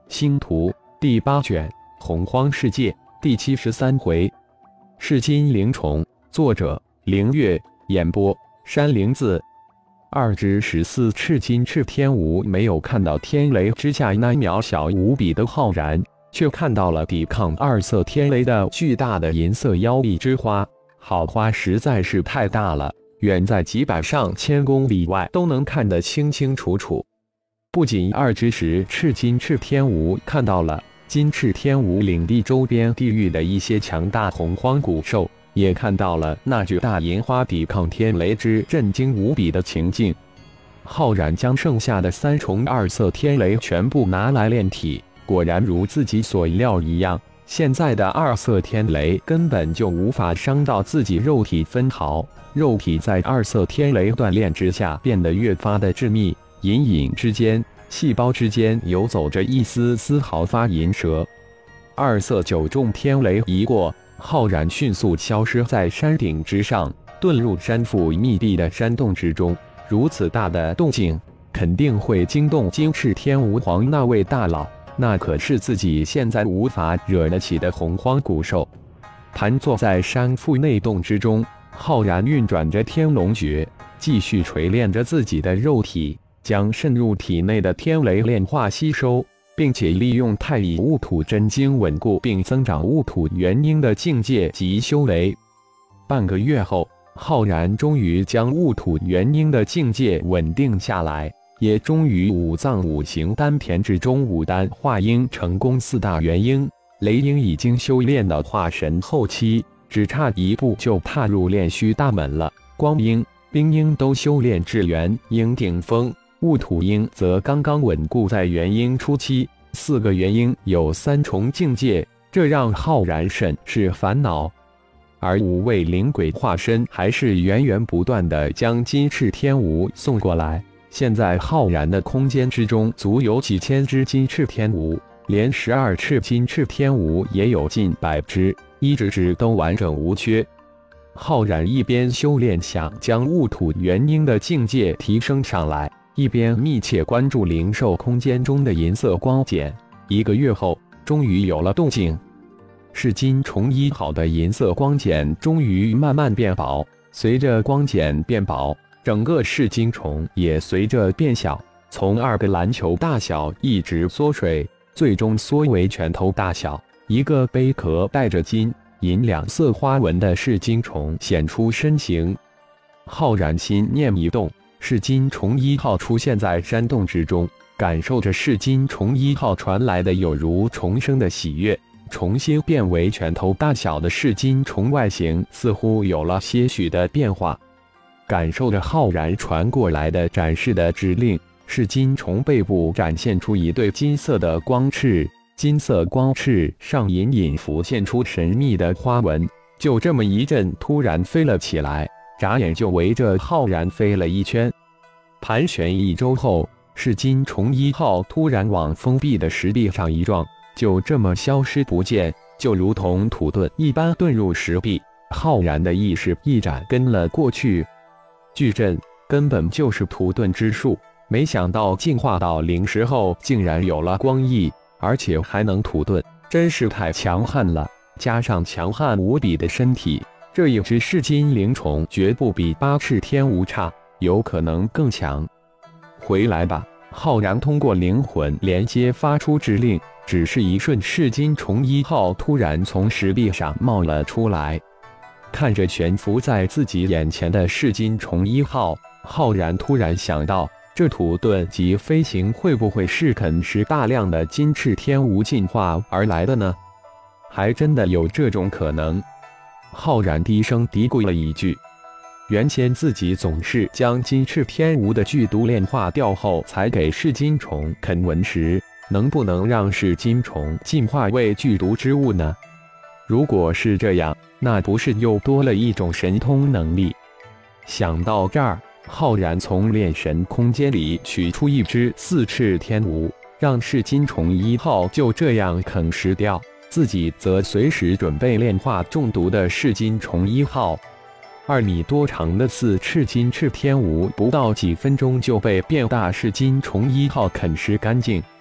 星图第8卷洪荒世界第73回。噬金灵虫，作者凌月，演播山灵子。2之14赤金赤天吴没有看到天雷之下那渺小无比的浩然，却看到了抵抗2色天雷的巨大的银色妖力之花。好花实在是太大了，远在几百上千公里外都能看得清清楚楚。不仅2之10赤金赤天吴看到了金赤天吴领地周边地域的一些强大洪荒古兽，也看到了那巨大银花抵抗天雷之震惊无比的情境。浩然将剩下的3重2色天雷全部拿来炼体，果然如自己所料一样，现在的2色天雷根本就无法伤到自己肉体分毫，肉体在2色天雷锻炼之下变得越发的致密，隐隐之间，细胞之间游走着一丝丝毫发银蛇。2色9重天雷一过，浩然迅速消失在山顶之上，遁入山腹密闭的山洞之中。如此大的动静，肯定会惊动金翅天吴皇那位大佬，那可是自己现在无法惹得起的洪荒古兽。盘坐在山腹内洞之中，浩然运转着天龙诀，继续锤炼着自己的肉体，将渗入体内的天雷炼化吸收，并且利用太乙戊土真经稳固并增长戊土元婴的境界及修为。半个月后，浩然终于将戊土元婴的境界稳定下来，也终于五脏五行丹田之中五丹化婴成功，4大元婴。雷婴已经修炼到化神后期，只差一步就踏入炼虚大门了。光婴、冰婴都修炼至元婴顶峰，戊土婴则刚刚稳固在元婴初期。4个元婴有3重境界，这让浩然甚是烦恼。而5位灵鬼化身还是源源不断地将金翅天吴送过来。现在浩然的空间之中足有几千只金翅天吴，连12翅金翅天吴也有近100只，一只都完整无缺。浩然一边修炼想将戊土元婴的境界提升上来，一边密切关注灵兽空间中的银色光茧。1个月后，终于有了动静。噬金虫1号的银色光茧终于慢慢变薄，随着光茧变薄，整个噬金虫也随着变小，从2个篮球大小一直缩水，最终缩为拳头大小。一个贝壳带着金银2色花纹的噬金虫显出身形。浩然心念一动，噬金虫1号出现在山洞之中，感受着噬金虫1号传来的有如重生的喜悦。重新变为拳头大小的噬金虫外形似乎有了些许的变化。感受着浩然传过来的展示的指令，噬金虫背部展现出一对金色的光翅，金色光翅上隐隐浮现出神秘的花纹。就这么一阵突然飞了起来，眨眼就围着浩然飞了一圈。盘旋1周后，噬金虫1号突然往封闭的石壁上一撞，就这么消失不见，就如同土遁一般遁入石壁。浩然的意识一展跟了过去。巨阵根本就是土遁之术，没想到进化到灵石后竟然有了光翼，而且还能土遁，真是太强悍了。加上强悍无比的身体，这一只噬金灵虫绝不比8翅天吴差，有可能更强。回来吧！浩然通过灵魂连接发出指令，只是一瞬，噬金虫1号突然从石壁上冒了出来。看着悬浮在自己眼前的噬金虫1号，浩然突然想到，这土遁及飞行会不会是啃食大量的金翅天吴进化而来的呢？还真的有这种可能。浩然低声嘀咕了一句，原先自己总是将金翅天吴的剧毒炼化掉后才给噬金虫啃文食，能不能让噬金虫进化为剧毒之物呢？如果是这样，那不是又多了一种神通能力？想到这儿，浩然从炼神空间里取出一只4翅天吴，让噬金虫1号就这样啃食掉，自己则随时准备炼化中毒的噬金虫1号。2米多长的4翅金翅天吴不到几分钟就被变大噬金虫1号啃食干净，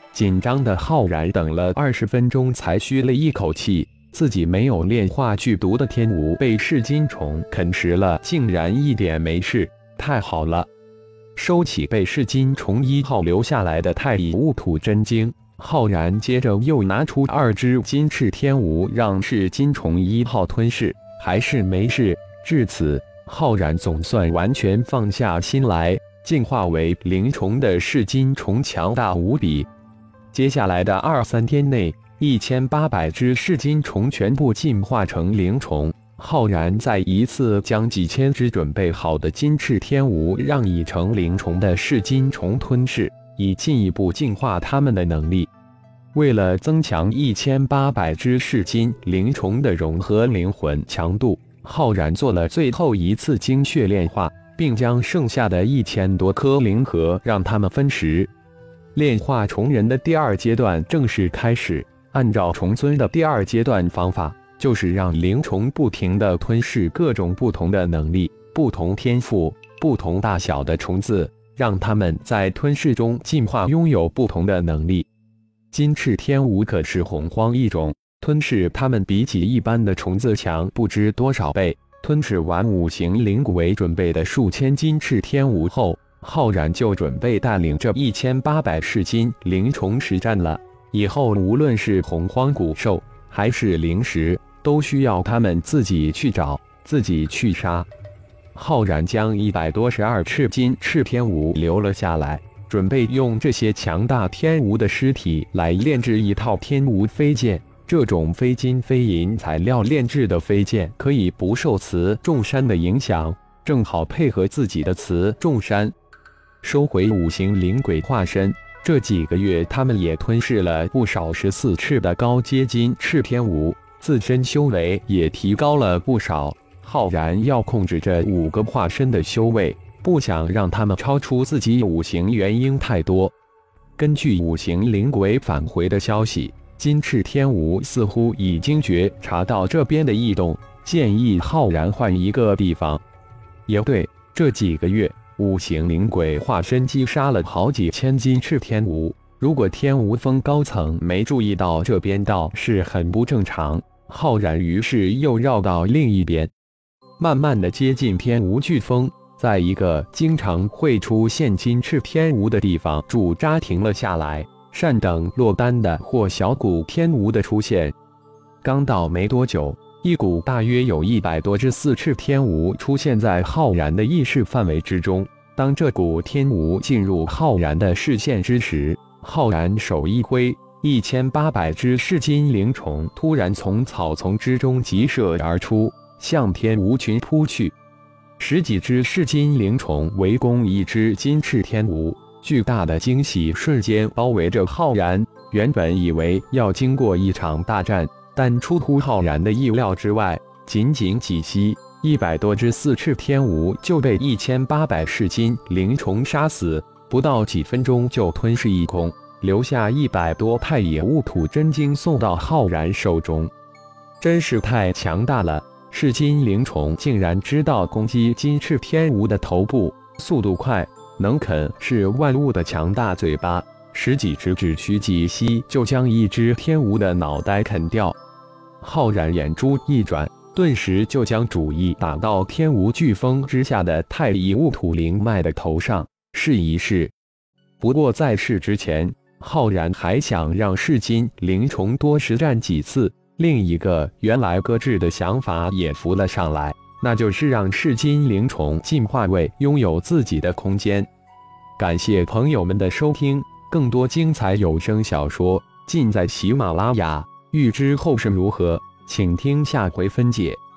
紧张的浩然等了20分钟才吁了一口气，自己没有炼化剧毒的天蜈被噬金虫啃食了，竟然一点没事，太好了！收起被噬金虫1号留下来的太乙戊土真经，浩然接着又拿出2只金翅天蜈，让噬金虫1号吞噬，还是没事。至此，浩然总算完全放下心来。进化为灵虫的噬金虫强大无比。接下来的2-3天内，1800只噬金虫全部进化成灵虫。浩然再一次将几千只准备好的金翅天蜈让已成灵虫的噬金虫吞噬，以进一步净化它们的能力。为了增强1800只噬金灵虫的融合灵魂强度，浩然做了最后一次精血炼化，并将剩下的1000多颗灵核让它们分食。炼化虫人的第2阶段正式开始。按照虫尊的第2阶段方法，就是让灵虫不停地吞噬各种不同的能力、不同天赋、不同大小的虫子，让它们在吞噬中进化，拥有不同的能力。金翅天蜈可是洪荒异种，吞噬它们比起一般的虫子强不知多少倍。吞噬完5行灵鬼准备的数千金翅天蜈后，浩然就准备带领这1800噬金灵虫实战了。以后无论是洪荒古兽还是灵石，都需要他们自己去找，自己去杀。浩然将112翅金翅天蜈留了下来，准备用这些强大天蜈的尸体来炼制一套天蜈飞剑。这种非金非银材料炼制的飞剑可以不受磁重山的影响，正好配合自己的磁重山。收回5行灵鬼化身，这几个月他们也吞噬了不少14翅的高阶金翅天蜈，自身修为也提高了不少。浩然要控制这5个化身的修为，不想让他们超出自己5行元婴太多。根据5行灵鬼返回的消息，金翅天蜈似乎已经觉察到这边的异动，建议浩然换一个地方。也对，这几个月5行灵鬼化身击杀了好几千金翅天蜈，如果天蜈峰高层没注意到这边，倒是很不正常。浩然于是又绕到另一边，慢慢的接近天蜈巨峰，在一个经常会出现金翅天蜈的地方驻扎停了下来，善等落单的或小股天蜈的出现。刚到没多久，一股大约有100多只4翅天蜈出现在浩然的意识范围之中。当这股天蜈进入浩然的视线之时，浩然手一挥，1800只噬金灵虫突然从草丛之中急射而出，向天蜈群扑去。10几只噬金灵虫围攻一只金翅天蜈，巨大的惊喜瞬间包围着浩然。原本以为要经过一场大战，但出乎浩然的意料之外，仅仅几息，100多只4翅天蜈就被1800噬金灵虫杀死，不到几分钟就吞噬一空，留下100多太乙戊土真经送到浩然手中。真是太强大了！噬金灵虫竟然知道攻击金翅天蜈的头部，速度快，能啃是万物的强大嘴巴，10几只只需几息就将一只天蜈的脑袋啃掉。浩然眼珠一转，顿时就将主意打到天蜈巨峰之下的太乙戊土灵脉的头上，试一试。不过在试之前，浩然还想让噬金灵虫多实战几次。另一个原来搁置的想法也浮了上来，那就是让噬金灵虫进化为拥有自己的空间。感谢朋友们的收听，更多精彩有声小说尽在喜马拉雅。欲知后事如何，请听下回分解。